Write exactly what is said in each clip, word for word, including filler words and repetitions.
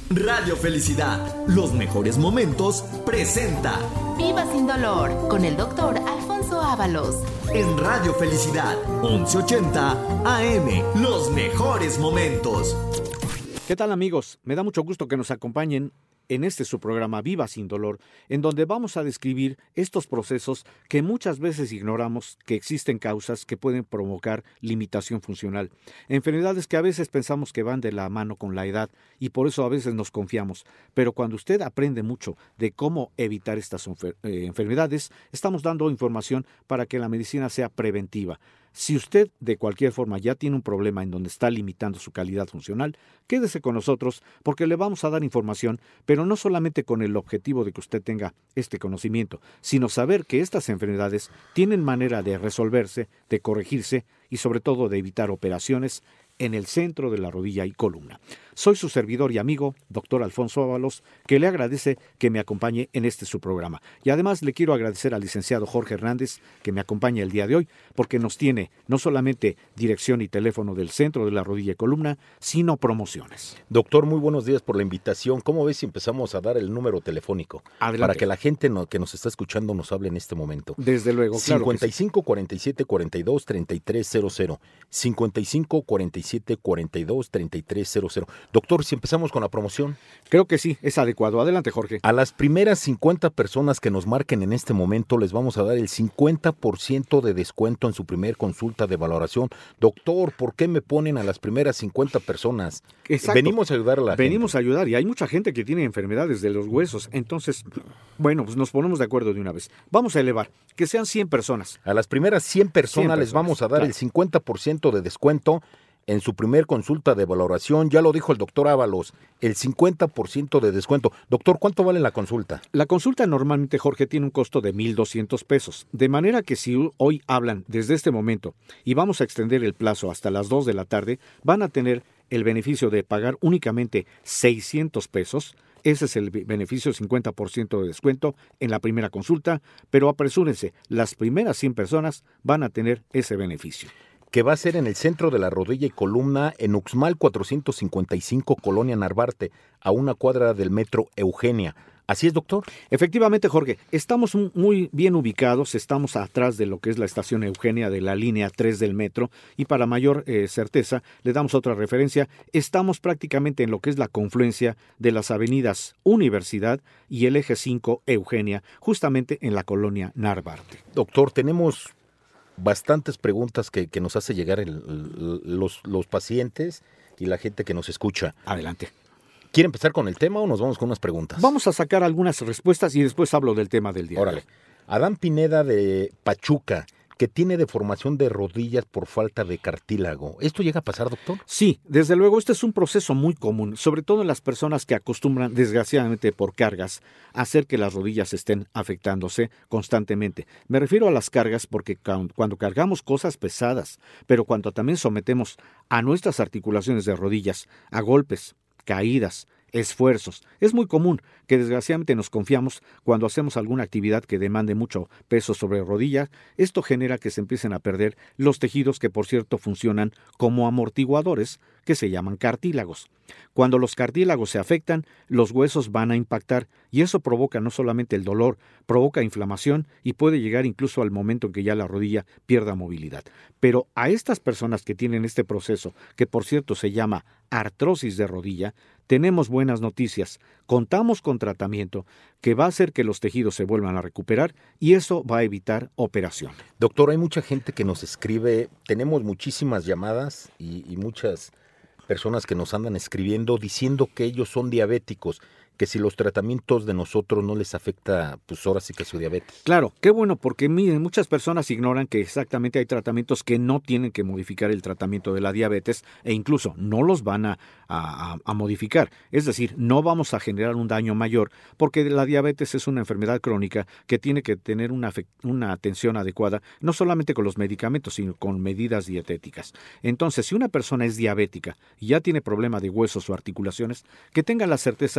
Radio Felicidad, los mejores momentos, presenta Viva sin dolor, con el doctor Alfonso Ábalos. En Radio Felicidad, once ochenta A M, los mejores momentos. ¿Qué tal, amigos? Me da mucho gusto que nos acompañen en este su programa Viva sin dolor, en donde vamos a describir estos procesos que muchas veces ignoramos, que existen causas que pueden provocar limitación funcional. Enfermedades que a veces pensamos que van de la mano con la edad y por eso a veces nos confiamos. Pero cuando usted aprende mucho de cómo evitar estas enfer- eh, enfermedades, estamos dando información para que la medicina sea preventiva. Si usted de cualquier forma ya tiene un problema en donde está limitando su calidad funcional, quédese con nosotros porque le vamos a dar información, pero no solamente con el objetivo de que usted tenga este conocimiento, sino saber que estas enfermedades tienen manera de resolverse, de corregirse y sobre todo de evitar operaciones en el centro de la rodilla y columna. Soy su servidor y amigo, doctor Alfonso Ábalos, que le agradece que me acompañe en este su programa. Y además le quiero agradecer al licenciado Jorge Hernández, que me acompaña el día de hoy, porque nos tiene no solamente dirección y teléfono del centro de la rodilla y columna, sino promociones. Doctor, muy buenos días por la invitación. ¿Cómo ves si empezamos a dar el número telefónico? Adelante. Para que la gente no, que nos está escuchando nos hable en este momento. Desde luego, claro. cincuenta y cinco, cuarenta y siete, cuarenta y dos, treinta y tres cero cero. cincuenta y cinco, cuarenta y siete, cuarenta y dos, treinta y tres cero cero. Doctor, si empezamos con la promoción. Creo que sí, es adecuado. Adelante, Jorge. A las primeras cincuenta personas que nos marquen en este momento les vamos a dar el cincuenta por ciento de descuento en su primer consulta de valoración. Doctor, ¿por qué me ponen a las primeras cincuenta personas? Exacto. Venimos a ayudar a la Venimos gente. a ayudar y hay mucha gente que tiene enfermedades de los huesos. Entonces, bueno, pues nos ponemos de acuerdo de una vez. Vamos a elevar, que sean cien personas. A las primeras cien personas, cien les vamos a dar claro. el cincuenta por ciento de descuento en su primer consulta de valoración. Ya lo dijo el doctor Ábalos, el cincuenta por ciento de descuento. Doctor, ¿cuánto vale la consulta? La consulta normalmente, Jorge, tiene un costo de mil doscientos pesos. De manera que si hoy hablan desde este momento y vamos a extender el plazo hasta las dos de la tarde, van a tener el beneficio de pagar únicamente seiscientos pesos. Ese es el beneficio, cincuenta por ciento de descuento en la primera consulta, pero apresúrense, las primeras cien personas van a tener ese beneficio. Que va a ser en el centro de la rodilla y columna, en Uxmal cuatrocientos cincuenta y cinco, Colonia Narvarte, a una cuadra del metro Eugenia. ¿Así es, doctor? Efectivamente, Jorge, estamos muy bien ubicados, estamos atrás de lo que es la estación Eugenia de la línea tres del metro y para mayor eh, certeza le damos otra referencia, estamos prácticamente en lo que es la confluencia de las avenidas Universidad y el eje cinco Eugenia, justamente en la colonia Narvarte. Doctor, tenemos bastantes preguntas que, que nos hace llegar el, el, los, los pacientes y la gente que nos escucha. Adelante. ¿Quiere empezar con el tema o nos vamos con unas preguntas? Vamos a sacar algunas respuestas y después hablo del tema del día. Órale. Adán Pineda de Pachuca, que tiene deformación de rodillas por falta de cartílago. ¿Esto llega a pasar, doctor? Sí, desde luego, este es un proceso muy común, sobre todo en las personas que acostumbran, desgraciadamente por cargas, a hacer que las rodillas estén afectándose constantemente. Me refiero a las cargas porque cuando cargamos cosas pesadas, pero cuando también sometemos a nuestras articulaciones de rodillas a golpes, caídas, esfuerzos. Es muy común que desgraciadamente nos confiamos cuando hacemos alguna actividad que demande mucho peso sobre rodillas. Esto genera que se empiecen a perder los tejidos que, por cierto, funcionan como amortiguadores, que se llaman cartílagos. Cuando los cartílagos se afectan, los huesos van a impactar y eso provoca no solamente el dolor, provoca inflamación y puede llegar incluso al momento en que ya la rodilla pierda movilidad. Pero a estas personas que tienen este proceso, que por cierto se llama artrosis de rodilla, tenemos buenas noticias. Contamos con tratamiento que va a hacer que los tejidos se vuelvan a recuperar y eso va a evitar operación. Doctor, hay mucha gente que nos escribe, tenemos muchísimas llamadas y, y muchas personas que nos andan escribiendo diciendo que ellos son diabéticos, que si los tratamientos de nosotros no les afecta, pues ahora sí que su diabetes. Claro, qué bueno, porque miren, muchas personas ignoran que exactamente hay tratamientos que no tienen que modificar el tratamiento de la diabetes e incluso no los van a, a, a modificar. Es decir, no vamos a generar un daño mayor porque la diabetes es una enfermedad crónica que tiene que tener una, una atención adecuada, no solamente con los medicamentos, sino con medidas dietéticas. Entonces, si una persona es diabética y ya tiene problema de huesos o articulaciones, que tenga la certeza de que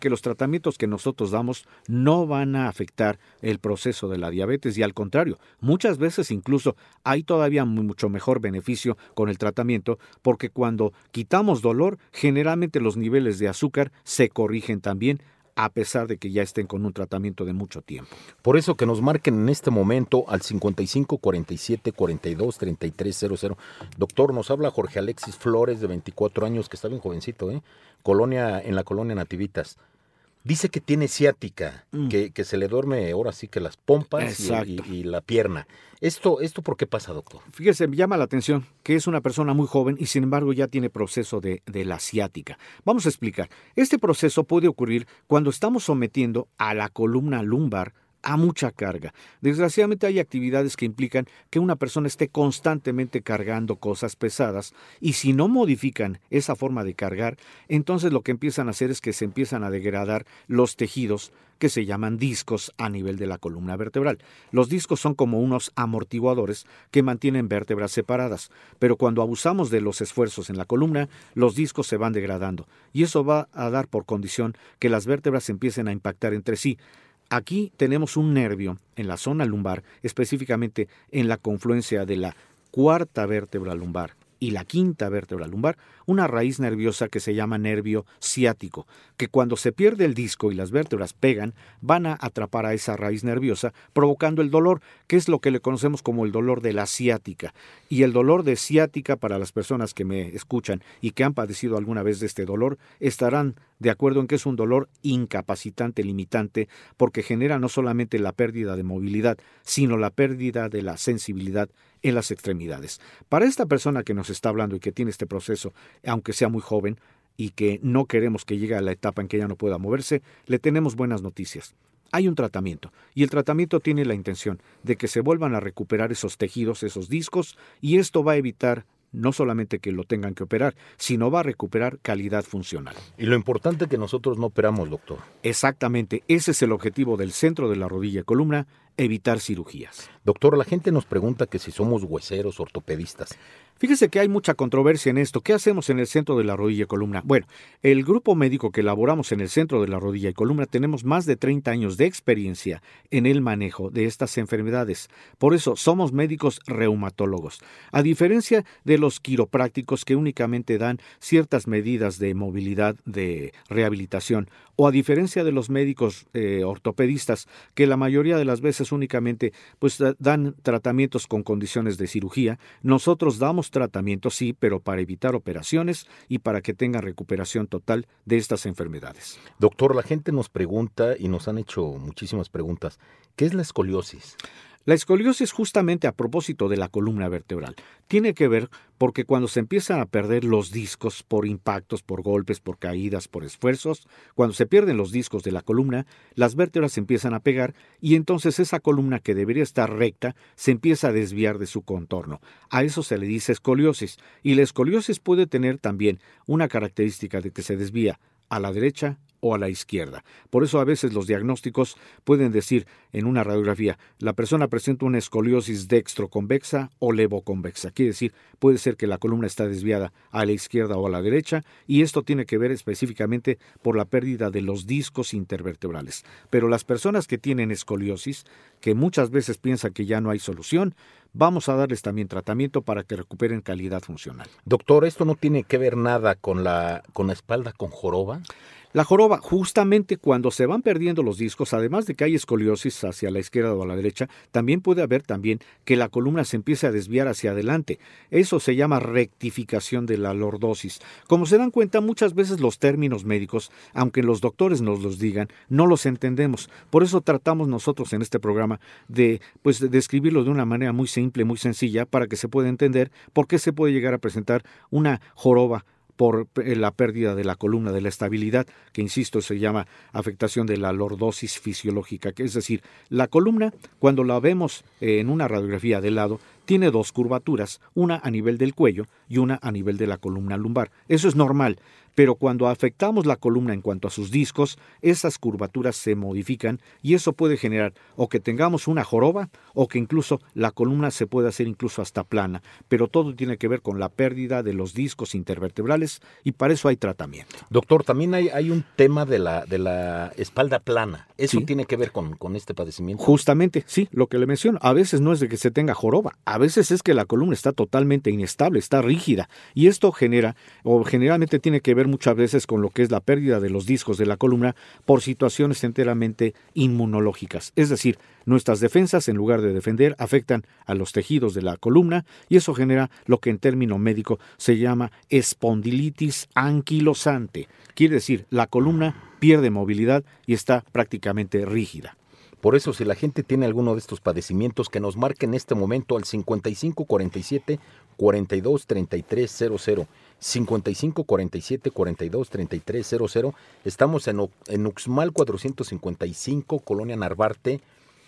que los tratamientos que nosotros damos no van a afectar el proceso de la diabetes y al contrario, muchas veces incluso hay todavía mucho mejor beneficio con el tratamiento porque cuando quitamos dolor, generalmente los niveles de azúcar se corrigen también a pesar de que ya estén con un tratamiento de mucho tiempo. Por eso que nos marquen en este momento al cincuenta y cinco, cuarenta y siete, cuarenta y dos, treinta y tres cero cero. Doctor, nos habla Jorge Alexis Flores, de veinticuatro años, que está bien jovencito, ¿eh? Colonia, en la colonia Nativitas. Dice que tiene ciática, mm. que, que se le duerme ahora sí que las pompas y, y, y la pierna. ¿Esto, ¿Esto por qué pasa, doctor? Fíjese, me llama la atención que es una persona muy joven y sin embargo ya tiene proceso de, de la ciática. Vamos a explicar. Este proceso puede ocurrir cuando estamos sometiendo a la columna lumbar a mucha carga. Desgraciadamente hay actividades que implican que una persona esté constantemente cargando cosas pesadas y si no modifican esa forma de cargar, entonces lo que empiezan a hacer es que se empiezan a degradar los tejidos que se llaman discos a nivel de la columna vertebral. Los discos son como unos amortiguadores que mantienen vértebras separadas, pero cuando abusamos de los esfuerzos en la columna, los discos se van degradando y eso va a dar por condición que las vértebras empiecen a impactar entre sí. Aquí tenemos un nervio en la zona lumbar, específicamente en la confluencia de la cuarta vértebra lumbar y la quinta vértebra lumbar, una raíz nerviosa que se llama nervio ciático, que cuando se pierde el disco y las vértebras pegan, van a atrapar a esa raíz nerviosa, provocando el dolor, que es lo que le conocemos como el dolor de la ciática. Y el dolor de ciática, para las personas que me escuchan y que han padecido alguna vez de este dolor, estarán de acuerdo en que es un dolor incapacitante, limitante, porque genera no solamente la pérdida de movilidad, sino la pérdida de la sensibilidad en las extremidades. Para esta persona que nos está hablando y que tiene este proceso, aunque sea muy joven y que no queremos que llegue a la etapa en que ya no pueda moverse, le tenemos buenas noticias. Hay un tratamiento y el tratamiento tiene la intención de que se vuelvan a recuperar esos tejidos, esos discos, y esto va a evitar no solamente que lo tengan que operar, sino va a recuperar calidad funcional. Y lo importante es que nosotros no operamos, doctor. Exactamente, ese es el objetivo del centro de la rodilla y columna, evitar cirugías. Doctor, la gente nos pregunta que si somos hueseros, ortopedistas. Fíjese que hay mucha controversia en esto. ¿Qué hacemos en el centro de la rodilla y columna? Bueno, el grupo médico que elaboramos en el centro de la rodilla y columna tenemos más de treinta años de experiencia en el manejo de estas enfermedades. Por eso somos médicos reumatólogos. A diferencia de los quiroprácticos que únicamente dan ciertas medidas de movilidad, de rehabilitación, o a diferencia de los médicos eh, ortopedistas que la mayoría de las veces únicamente pues dan tratamientos con condiciones de cirugía, nosotros damos tratamientos, sí, pero para evitar operaciones y para que tengan recuperación total de estas enfermedades. Doctor, la gente nos pregunta y nos han hecho muchísimas preguntas. ¿Qué es la escoliosis? La escoliosis, justamente a propósito de la columna vertebral, tiene que ver porque cuando se empiezan a perder los discos por impactos, por golpes, por caídas, por esfuerzos, cuando se pierden los discos de la columna, las vértebras se empiezan a pegar y entonces esa columna que debería estar recta se empieza a desviar de su contorno. A eso se le dice escoliosis, y la escoliosis puede tener también una característica de que se desvía a la derecha o a la izquierda. Por eso a veces los diagnósticos pueden decir en una radiografía, la persona presenta una escoliosis dextroconvexa o levoconvexa. Quiere decir, puede ser que la columna está desviada a la izquierda o a la derecha, y esto tiene que ver específicamente por la pérdida de los discos intervertebrales. Pero las personas que tienen escoliosis, que muchas veces piensan que ya no hay solución, vamos a darles también tratamiento para que recuperen calidad funcional. Doctor, ¿esto no tiene que ver nada con la, con la espalda con joroba? La joroba, justamente cuando se van perdiendo los discos, además de que hay escoliosis hacia la izquierda o a la derecha, también puede haber también que la columna se empiece a desviar hacia adelante. Eso se llama rectificación de la lordosis. Como se dan cuenta, muchas veces los términos médicos, aunque los doctores nos los digan, no los entendemos. Por eso tratamos nosotros en este programa de, pues, de describirlo de una manera muy simple, muy sencilla, para que se pueda entender por qué se puede llegar a presentar una joroba por la pérdida de la columna, de la estabilidad, que insisto se llama afectación de la lordosis fisiológica, que es decir, la columna, cuando la vemos en una radiografía de lado, tiene dos curvaturas, una a nivel del cuello y una a nivel de la columna lumbar. Eso es normal, pero cuando afectamos la columna en cuanto a sus discos, esas curvaturas se modifican y eso puede generar o que tengamos una joroba o que incluso la columna se puede hacer incluso hasta plana, pero todo tiene que ver con la pérdida de los discos intervertebrales y para eso hay tratamiento. Doctor, también hay, hay un tema de la, de la espalda plana. ¿Eso Sí. tiene que ver con, con este padecimiento? Justamente, sí, lo que le menciono, a veces no es de que se tenga joroba, a veces es que la columna está totalmente inestable, está rígida, y esto genera, o generalmente tiene que ver muchas veces con lo que es la pérdida de los discos de la columna por situaciones enteramente inmunológicas. Es decir, nuestras defensas, en lugar de defender, afectan a los tejidos de la columna, y eso genera lo que en término médico se llama espondilitis anquilosante. Quiere decir, la columna pierde movilidad y está prácticamente rígida. Por eso, si la gente tiene alguno de estos padecimientos, que nos marque en este momento al cincuenta y cinco cuarenta y siete cuarenta y dos treinta y tres cero cero. cincuenta y cinco cuarenta y siete cuarenta y dos treinta y tres cero cero. Estamos en, O- en Uxmal cuatrocientos cincuenta y cinco, Colonia Narvarte,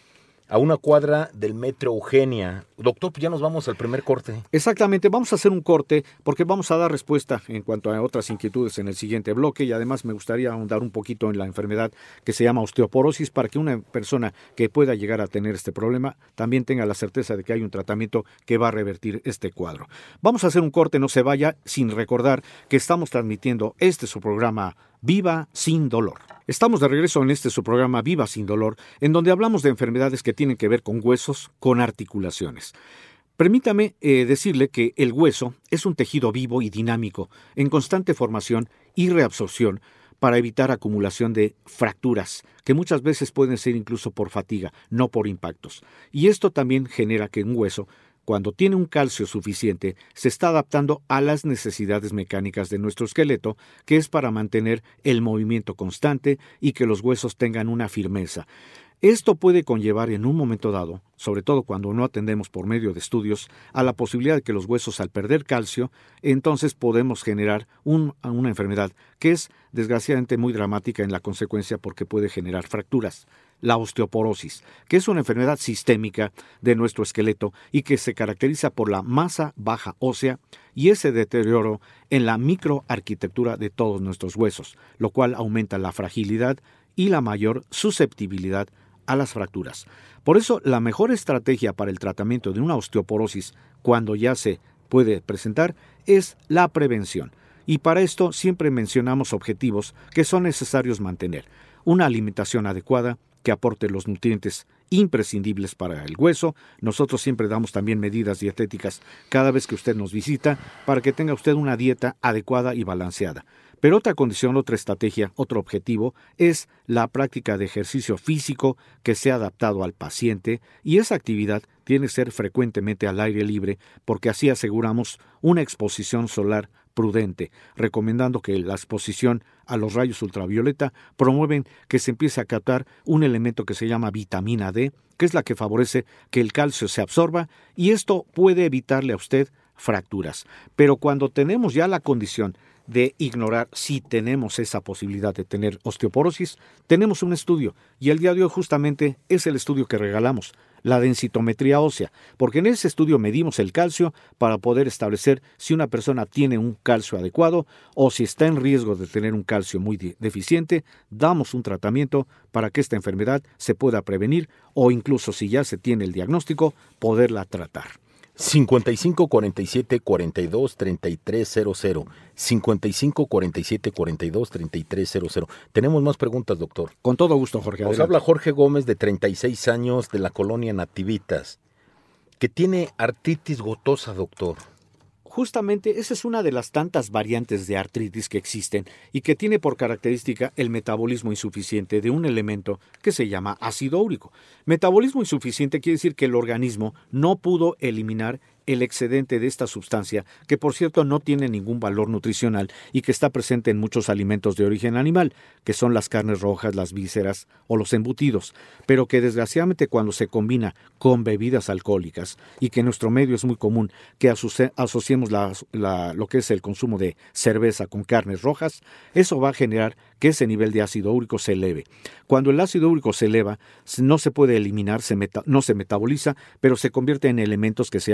a una cuadra del Metro Eugenia. Doctor, pues ya nos vamos al primer corte. Exactamente, vamos a hacer un corte porque vamos a dar respuesta en cuanto a otras inquietudes en el siguiente bloque y además me gustaría ahondar un poquito en la enfermedad que se llama osteoporosis para que una persona que pueda llegar a tener este problema también tenga la certeza de que hay un tratamiento que va a revertir este cuadro. Vamos a hacer un corte, no se vaya sin recordar que estamos transmitiendo este su programa Viva Sin Dolor. Estamos de regreso en este su programa Viva Sin Dolor, en donde hablamos de enfermedades que tienen que ver con huesos, con articulaciones. Permítame eh, decirle que el hueso es un tejido vivo y dinámico, en constante formación y reabsorción para evitar acumulación de fracturas, que muchas veces pueden ser incluso por fatiga, no por impactos. Y esto también genera que un hueso, cuando tiene un calcio suficiente, se está adaptando a las necesidades mecánicas de nuestro esqueleto, que es para mantener el movimiento constante y que los huesos tengan una firmeza. Esto puede conllevar en un momento dado, sobre todo cuando no atendemos por medio de estudios, a la posibilidad de que los huesos al perder calcio, entonces podemos generar un, una enfermedad que es desgraciadamente muy dramática en la consecuencia porque puede generar fracturas. La osteoporosis, que es una enfermedad sistémica de nuestro esqueleto y que se caracteriza por la masa baja ósea y ese deterioro en la microarquitectura de todos nuestros huesos, lo cual aumenta la fragilidad y la mayor susceptibilidad a las fracturas. Por eso, la mejor estrategia para el tratamiento de una osteoporosis cuando ya se puede presentar es la prevención. Y para esto siempre mencionamos objetivos que son necesarios mantener. Una alimentación adecuada que aporte los nutrientes imprescindibles para el hueso. Nosotros siempre damos también medidas dietéticas cada vez que usted nos visita para que tenga usted una dieta adecuada y balanceada. Pero otra condición, otra estrategia, otro objetivo es la práctica de ejercicio físico que sea adaptado al paciente y esa actividad tiene que ser frecuentemente al aire libre porque así aseguramos una exposición solar prudente, recomendando que la exposición a los rayos ultravioleta promueven que se empiece a captar un elemento que se llama vitamina D, que es la que favorece que el calcio se absorba y esto puede evitarle a usted fracturas. Pero cuando tenemos ya la condición de ignorar si tenemos esa posibilidad de tener osteoporosis, tenemos un estudio y el día de hoy justamente es el estudio que regalamos, la densitometría ósea, porque en ese estudio medimos el calcio para poder establecer si una persona tiene un calcio adecuado o si está en riesgo de tener un calcio muy de- deficiente, damos un tratamiento para que esta enfermedad se pueda prevenir o incluso si ya se tiene el diagnóstico, poderla tratar. cincuenta y cinco cuarenta y siete cuarenta y dos treinta y tres cero cero. cincuenta y cinco cuarenta y siete cuarenta y dos treinta y tres cero cero. Tenemos más preguntas, doctor. Con todo gusto, Jorge. Nos Adelante. habla Jorge Gómez, de treinta y seis años, de la colonia Nativitas, que tiene artritis gotosa, doctor. Justamente esa es una de las tantas variantes de artritis que existen y que tiene por característica el metabolismo insuficiente de un elemento que se llama ácido úrico. Metabolismo insuficiente quiere decir que el organismo no pudo eliminar el excedente de esta sustancia, que por cierto no tiene ningún valor nutricional y que está presente en muchos alimentos de origen animal, que son las carnes rojas, las vísceras o los embutidos, pero que desgraciadamente cuando se combina con bebidas alcohólicas y que en nuestro medio es muy común que asoci- asociemos la, la, lo que es el consumo de cerveza con carnes rojas, eso va a generar que ese nivel de ácido úrico se eleve. Cuando el ácido úrico se eleva, no se puede eliminar, se meta, no se metaboliza, pero se convierte en elementos que se llaman cristales,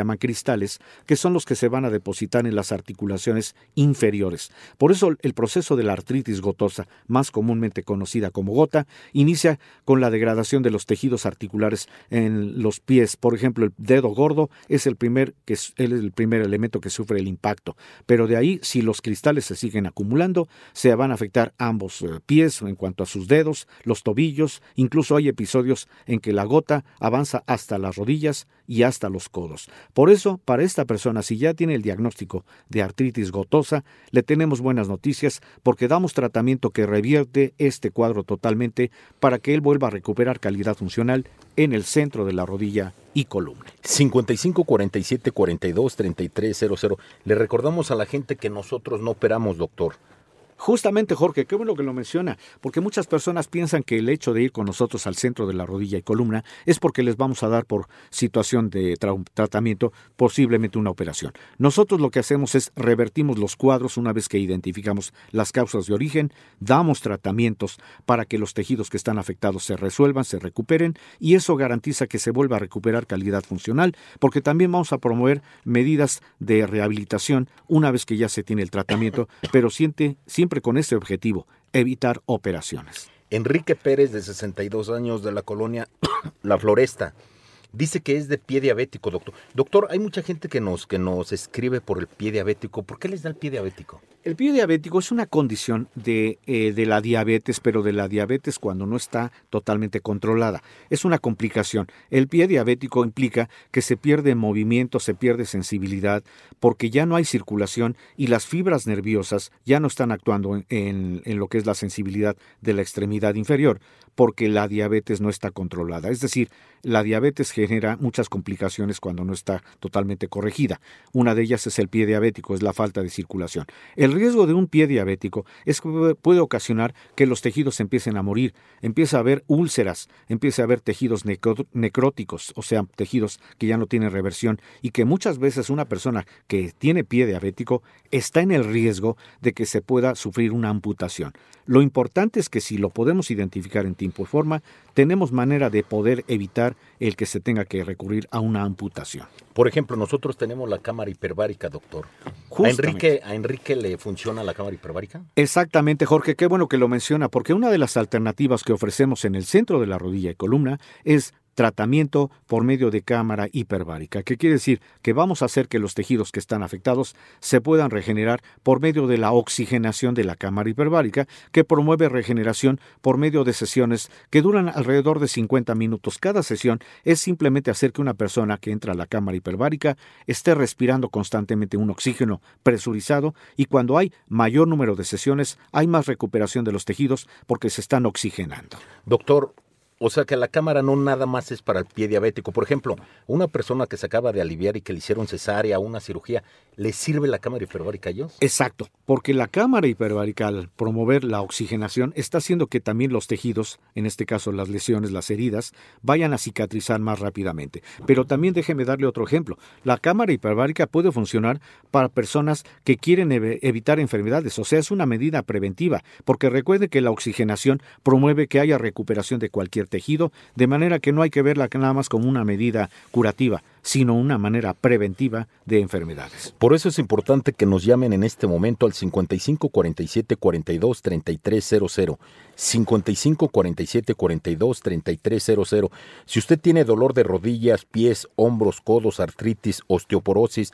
cristales que son los que se van a depositar en las articulaciones inferiores. Por eso el proceso de la artritis gotosa, más comúnmente conocida como gota, inicia con la degradación de los tejidos articulares en los pies. Por ejemplo, el dedo gordo es el primer, que es el primer elemento que sufre el impacto, pero de ahí, si los cristales se siguen acumulando, se van a afectar ambos eh, pies en cuanto a sus dedos, los tobillos. Incluso hay episodios en que la gota avanza hasta las rodillas y hasta los codos. Por eso, para esta persona, si ya tiene el diagnóstico de artritis gotosa, le tenemos buenas noticias porque damos tratamiento que revierte este cuadro totalmente para que él vuelva a recuperar calidad funcional en el centro de la rodilla y columna. cincuenta y cinco cuarenta y siete cuarenta y dos treinta y tres cero cero. Le recordamos a la gente que nosotros no operamos, doctor. Justamente, Jorge, qué bueno que lo menciona, porque muchas personas piensan que el hecho de ir con nosotros al centro de la rodilla y columna es porque les vamos a dar por situación de tra- tratamiento posiblemente una operación. Nosotros lo que hacemos es revertimos los cuadros una vez que identificamos las causas de origen, damos tratamientos para que los tejidos que están afectados se resuelvan, se recuperen, y eso garantiza que se vuelva a recuperar calidad funcional, porque también vamos a promover medidas de rehabilitación una vez que ya se tiene el tratamiento, pero siente, siempre con este objetivo, evitar operaciones. Enrique Pérez, de sesenta y dos años, de la colonia La Floresta, dice que es de pie diabético, doctor. Doctor, hay mucha gente que nos, que nos escribe por el pie diabético. ¿Por qué les da el pie diabético? El pie diabético es una condición de, eh, de la diabetes, pero de la diabetes cuando no está totalmente controlada. Es una complicación. El pie diabético implica que se pierde movimiento, se pierde sensibilidad, porque ya no hay circulación y las fibras nerviosas ya no están actuando en, en, en lo que es la sensibilidad de la extremidad inferior, porque la diabetes no está controlada. Es decir, la diabetes genera muchas complicaciones cuando no está totalmente corregida. Una de ellas es el pie diabético, es la falta de circulación. El riesgo de un pie diabético es que puede ocasionar que los tejidos empiecen a morir, empieza a haber úlceras, empieza a haber tejidos necro- necróticos, o sea, tejidos que ya no tienen reversión, y que muchas veces una persona que tiene pie diabético está en el riesgo de que se pueda sufrir una amputación. Lo importante es que si lo podemos identificar en tiempo y forma, tenemos manera de poder evitar el que se tenga que recurrir a una amputación. Por ejemplo, nosotros tenemos la cámara hiperbárica, doctor. ¿A Enrique, ¿A Enrique le funciona la cámara hiperbárica? Exactamente, Jorge, qué bueno que lo menciona, porque una de las alternativas que ofrecemos en el centro de la rodilla y columna es tratamiento por medio de cámara hiperbárica, que quiere decir que vamos a hacer que los tejidos que están afectados se puedan regenerar por medio de la oxigenación de la cámara hiperbárica, que promueve regeneración por medio de sesiones que duran alrededor de cincuenta minutos. Cada sesión es simplemente hacer que una persona que entra a la cámara hiperbárica esté respirando constantemente un oxígeno presurizado, y cuando hay mayor número de sesiones hay más recuperación de los tejidos porque se están oxigenando. Doctor, o sea que la cámara no nada más es para el pie diabético. Por ejemplo, una persona que se acaba de aliviar y que le hicieron cesárea, una cirugía, ¿le sirve la cámara hiperbárica a ellos? Exacto, porque la cámara hiperbárica, al promover la oxigenación, está haciendo que también los tejidos, en este caso las lesiones, las heridas, vayan a cicatrizar más rápidamente. Pero también déjeme darle otro ejemplo. La cámara hiperbárica puede funcionar para personas que quieren ev- evitar enfermedades, o sea, es una medida preventiva, porque recuerde que la oxigenación promueve que haya recuperación de cualquier tejido, de manera que no hay que verla nada más como una medida curativa, sino una manera preventiva de enfermedades. Por eso es importante que nos llamen en este momento al cincuenta y cinco cuarenta y siete cuarenta y dos treinta y tres cero cero, cincuenta y cinco cuarenta y siete cuarenta y dos treinta y tres cero cero. Si usted tiene dolor de rodillas, pies, hombros, codos, artritis, osteoporosis,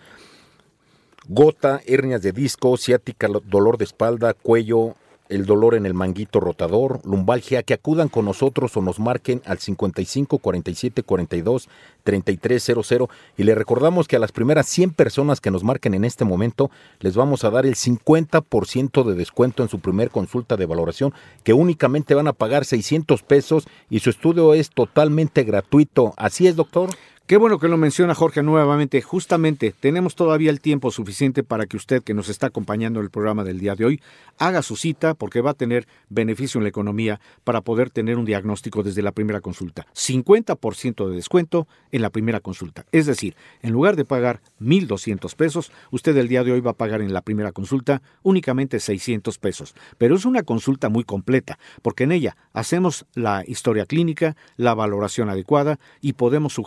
gota, hernias de disco, ciática, dolor de espalda, cuello, el dolor en el manguito rotador, lumbalgia, que acudan con nosotros o nos marquen al cincuenta y cinco cuarenta y siete cuarenta y dos treinta y tres cero cero, y le recordamos que a las primeras cien personas que nos marquen en este momento les vamos a dar el cincuenta por ciento de descuento en su primer consulta de valoración, que únicamente van a pagar seiscientos pesos y su estudio es totalmente gratuito. ¿Así es, doctor? Qué bueno que lo menciona Jorge nuevamente. Justamente tenemos todavía el tiempo suficiente para que usted, que nos está acompañando en el programa del día de hoy, haga su cita, porque va a tener beneficio en la economía para poder tener un diagnóstico desde la primera consulta. cincuenta por ciento de descuento en la primera consulta. Es decir, en lugar de pagar mil doscientos pesos, usted el día de hoy va a pagar en la primera consulta únicamente seiscientos pesos. Pero es una consulta muy completa, porque en ella hacemos la historia clínica, la valoración adecuada y podemos sugerir a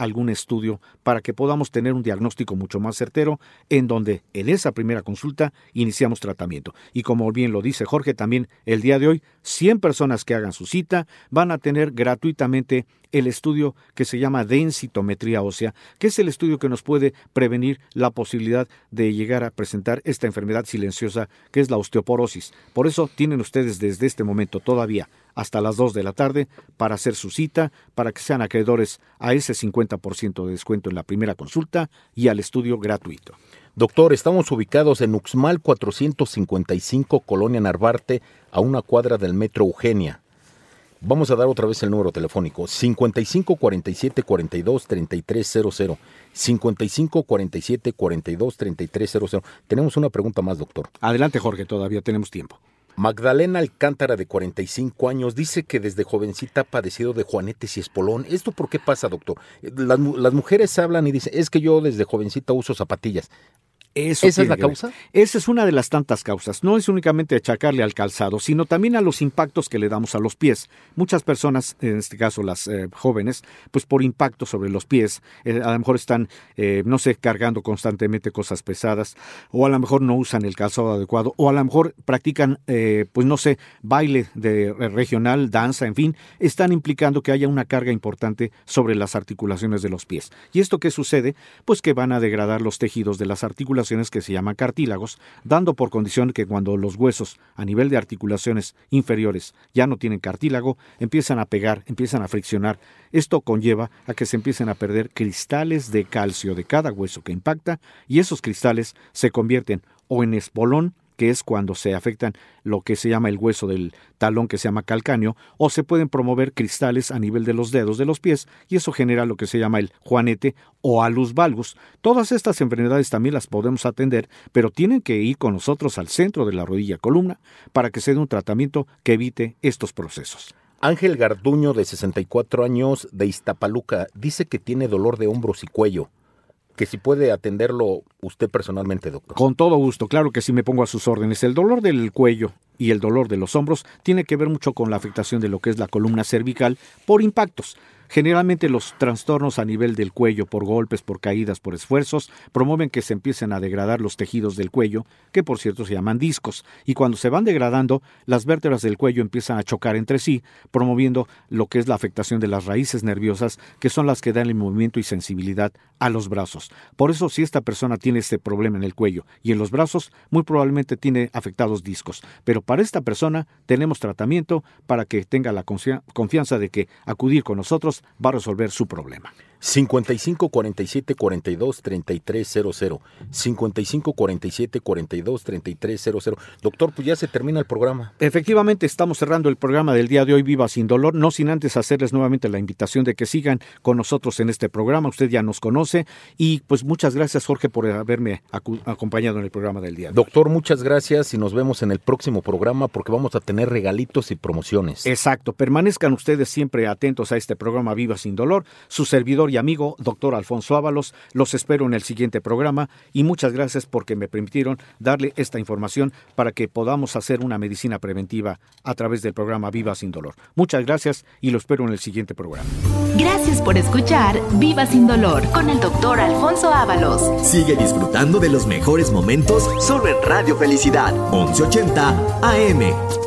algún estudio para que podamos tener un diagnóstico mucho más certero, en donde en esa primera consulta iniciamos tratamiento. Y como bien lo dice Jorge, también el día de hoy, cien personas que hagan su cita van a tener gratuitamente el estudio que se llama densitometría ósea, que es el estudio que nos puede prevenir la posibilidad de llegar a presentar esta enfermedad silenciosa que es la osteoporosis. Por eso tienen ustedes desde este momento todavía hasta las dos de la tarde para hacer su cita, para que sean acreedores a ese cincuenta por ciento de descuento en la primera consulta y al estudio gratuito. Doctor, estamos ubicados en Uxmal cuatrocientos cincuenta y cinco, Colonia Narvarte, a una cuadra del Metro Eugenia. Vamos a dar otra vez el número telefónico, cincuenta y cinco cuarenta y siete cuarenta y dos treinta y tres cero cero, cincuenta y cinco cuarenta y siete cuarenta y dos treinta y tres cero cero. Tenemos una pregunta más, doctor. Adelante, Jorge, todavía tenemos tiempo. Magdalena Alcántara, de cuarenta y cinco años, dice que desde jovencita ha padecido de juanetes y espolón. ¿Esto por qué pasa, doctor? Las, las mujeres hablan y dicen, es que yo desde jovencita uso zapatillas. Eso ¿Esa es la causa? Esa es una de las tantas causas. No es únicamente achacarle al calzado, sino también a los impactos que le damos a los pies. Muchas personas, en este caso las eh, jóvenes, pues por impacto sobre los pies, eh, a lo mejor están, eh, no sé, cargando constantemente cosas pesadas, o a lo mejor no usan el calzado adecuado, o a lo mejor practican, eh, pues no sé, baile de eh, regional, danza, en fin, están implicando que haya una carga importante sobre las articulaciones de los pies. ¿Y esto qué sucede? Pues que van a degradar los tejidos de las articulaciones que se llaman cartílagos, dando por condición que cuando los huesos a nivel de articulaciones inferiores ya no tienen cartílago, empiezan a pegar, empiezan a friccionar. Esto conlleva a que se empiecen a perder cristales de calcio de cada hueso que impacta, y esos cristales se convierten o en espolón, que es cuando se afectan lo que se llama el hueso del talón, que se llama calcáneo, o se pueden promover cristales a nivel de los dedos de los pies, y eso genera lo que se llama el juanete o alus valgus. Todas estas enfermedades también las podemos atender, pero tienen que ir con nosotros al centro de la rodilla columna para que se dé un tratamiento que evite estos procesos. Ángel Garduño, de sesenta y cuatro años, de Iztapaluca, dice que tiene dolor de hombros y cuello. Que si puede atenderlo usted personalmente, doctor. Con todo gusto, claro que sí, me pongo a sus órdenes. El dolor del cuello y el dolor de los hombros tiene que ver mucho con la afectación de lo que es la columna cervical por impactos. Generalmente los trastornos a nivel del cuello por golpes, por caídas, por esfuerzos, promueven que se empiecen a degradar los tejidos del cuello, que por cierto se llaman discos, y cuando se van degradando, las vértebras del cuello empiezan a chocar entre sí, promoviendo lo que es la afectación de las raíces nerviosas, que son las que dan el movimiento y sensibilidad a los brazos. Por eso, si esta persona tiene este problema en el cuello y en los brazos, muy probablemente tiene afectados discos. Pero para esta persona tenemos tratamiento para que tenga la confianza de que acudir con nosotros va a resolver su problema. cincuenta y cinco cuarenta y siete cuarenta y dos treinta y tres cero cero, cincuenta y cinco cuarenta y siete cuarenta y dos treinta y tres cero cero. Doctor, pues ya se termina el programa. Efectivamente, estamos cerrando el programa del día de hoy, Viva Sin Dolor, no sin antes hacerles nuevamente la invitación de que sigan con nosotros en este programa. Usted ya nos conoce y pues muchas gracias, Jorge, por haberme acu- acompañado en el programa del día de hoy. Doctor, muchas gracias y nos vemos en el próximo programa porque vamos a tener regalitos y promociones. Exacto, permanezcan ustedes siempre atentos a este programa Viva Sin Dolor. Su servidor y amigo, doctor Alfonso Ábalos, los espero en el siguiente programa y muchas gracias porque me permitieron darle esta información para que podamos hacer una medicina preventiva a través del programa Viva Sin Dolor. Muchas gracias y lo espero en el siguiente programa. Gracias por escuchar Viva Sin Dolor con el doctor Alfonso Ábalos. Sigue disfrutando de los mejores momentos solo en Radio Felicidad, once ochenta A M.